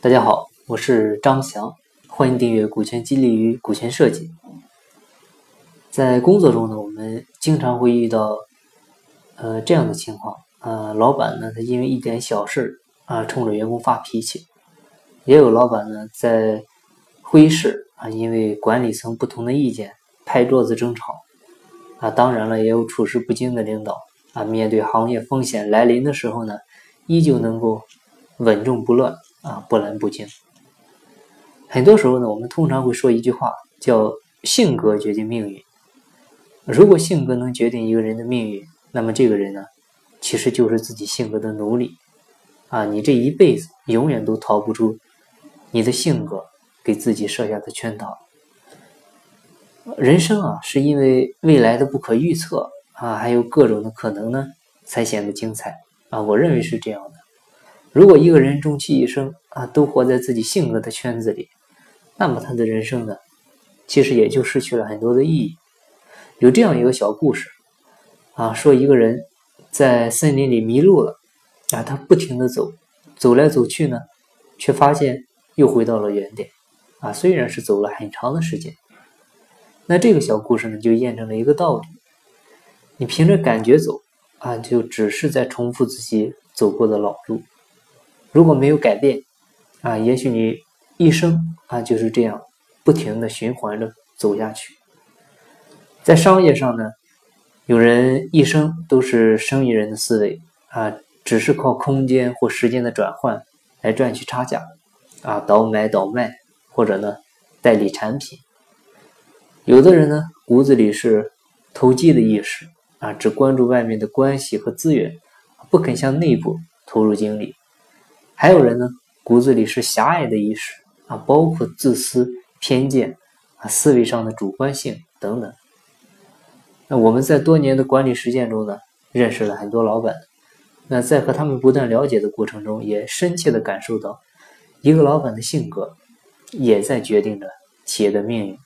大家好，我是张翔，欢迎订阅股权激励与股权设计。在工作中呢，我们经常会遇到这样的情况老板呢，他因为一点小事冲着员工发脾气，也有老板呢在会议室因为管理层不同的意见拍桌子争吵当然了，也有处事不惊的领导面对行业风险来临的时候呢，依旧能够稳重不乱波澜不惊。很多时候呢，我们通常会说一句话，叫性格决定命运。如果性格能决定一个人的命运，那么这个人呢，其实就是自己性格的奴隶你这一辈子永远都逃不出你的性格给自己设下的圈套。人生是因为未来的不可预测还有各种的可能呢，才显得精彩我认为是这样的。如果一个人终其一生都活在自己性格的圈子里，那么他的人生呢，其实也就失去了很多的意义。有这样一个小故事说一个人在森林里迷路了他不停地走来走去呢，却发现又回到了原点虽然是走了很长的时间。那这个小故事呢，就验证了一个道理，你凭着感觉走就只是在重复自己走过的老路。如果没有改变也许你一生就是这样不停地循环着走下去。在商业上呢，有人一生都是生意人的思维只是靠空间或时间的转换来赚取差价倒买倒卖，或者呢代理产品。有的人呢，骨子里是投机的意识只关注外面的关系和资源，不肯向内部投入精力。还有人呢，骨子里是狭隘的意识包括自私、偏见思维上的主观性等等。那我们在多年的管理实践中呢，认识了很多老板，那在和他们不断了解的过程中，也深切地感受到一个老板的性格也在决定着企业的命运。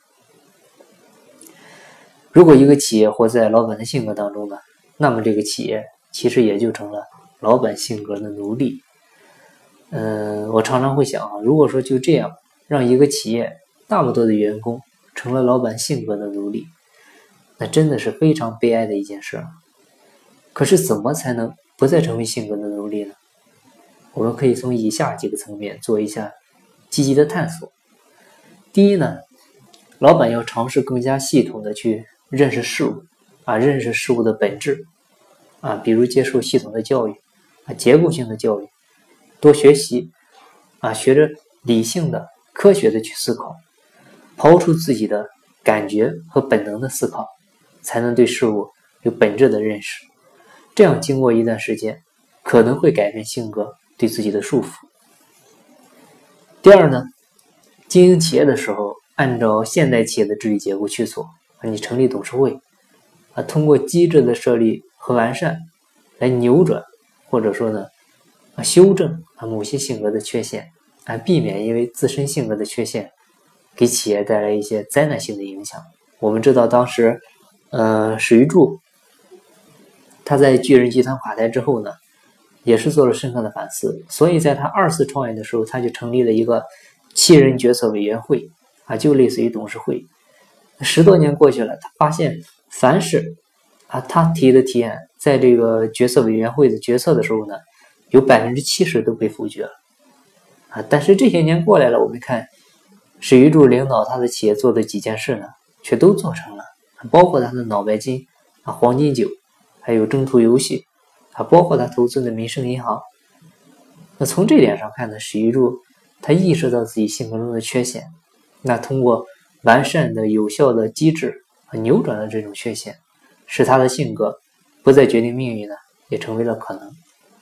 如果一个企业活在老板的性格当中呢，那么这个企业其实也就成了老板性格的奴隶。我常常会想如果说就这样让一个企业那么多的员工成了老板性格的奴隶，那真的是非常悲哀的一件事可是怎么才能不再成为性格的奴隶呢？我们可以从以下几个层面做一下积极的探索。第一呢，老板要尝试更加系统的去认识事物认识事物的本质比如接受系统的教育结构性的教育，多学习学着理性的科学的去思考，抛出自己的感觉和本能的思考，才能对事物有本质的认识。这样经过一段时间，可能会改变性格对自己的束缚。第二呢，经营企业的时候，按照现代企业的治理结构去做你成立董事会通过机制的设立和完善来扭转或者说呢修正某些性格的缺陷避免因为自身性格的缺陷给企业带来一些灾难性的影响。我们知道当时史玉柱他在巨人集团垮台之后呢，也是做了深刻的反思，所以在他二次创业的时候，他就成立了一个7人决策委员会就类似于董事会。10多年过去了，他发现凡是他提的提案在这个决策委员会的决策的时候呢，有70%都被否决了但是这些年过来了，我们看史玉柱领导他的企业做的几件事呢，却都做成了，包括他的脑白金黄金酒，还有征途游戏包括他投资的民生银行。那从这点上看呢，史玉柱他意识到自己性格中的缺陷，那通过完善的有效的机制扭转了这种缺陷，使他的性格不再决定命运呢，也成为了可能。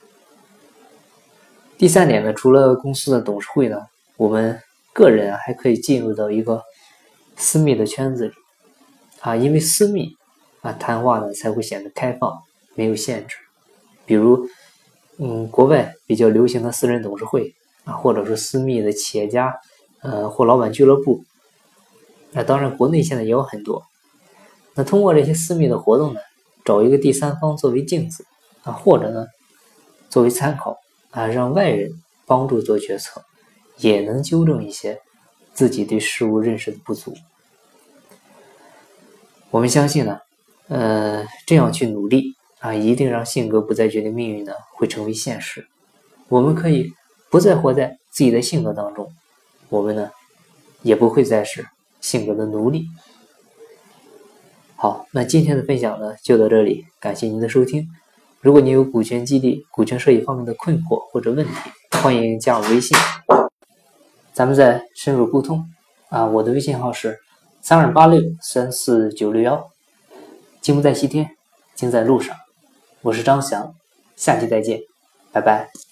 第三点呢，除了公司的董事会呢，我们个人还可以进入到一个私密的圈子里因为私密谈话呢才会显得开放，没有限制。比如国外比较流行的私人董事会或者是私密的企业家或老板俱乐部，那当然国内现在也有很多。那通过这些私密的活动呢，找一个第三方作为镜子或者呢作为参考让外人帮助做决策， 也能纠正一些自己对事物认识的不足。我们相信呢，这样去努力一定让性格不再决定命运呢会成为现实。我们可以不再活在自己的性格当中，我们呢也不会再是性格的奴隶。好，那今天的分享呢就到这里，感谢您的收听。如果您有股权激励、股权设计方面的困惑或者问题，欢迎加我微信，咱们再深入沟通我的微信号是3286-34961。金不在西天，金在路上。我是张翔，下期再见，拜拜。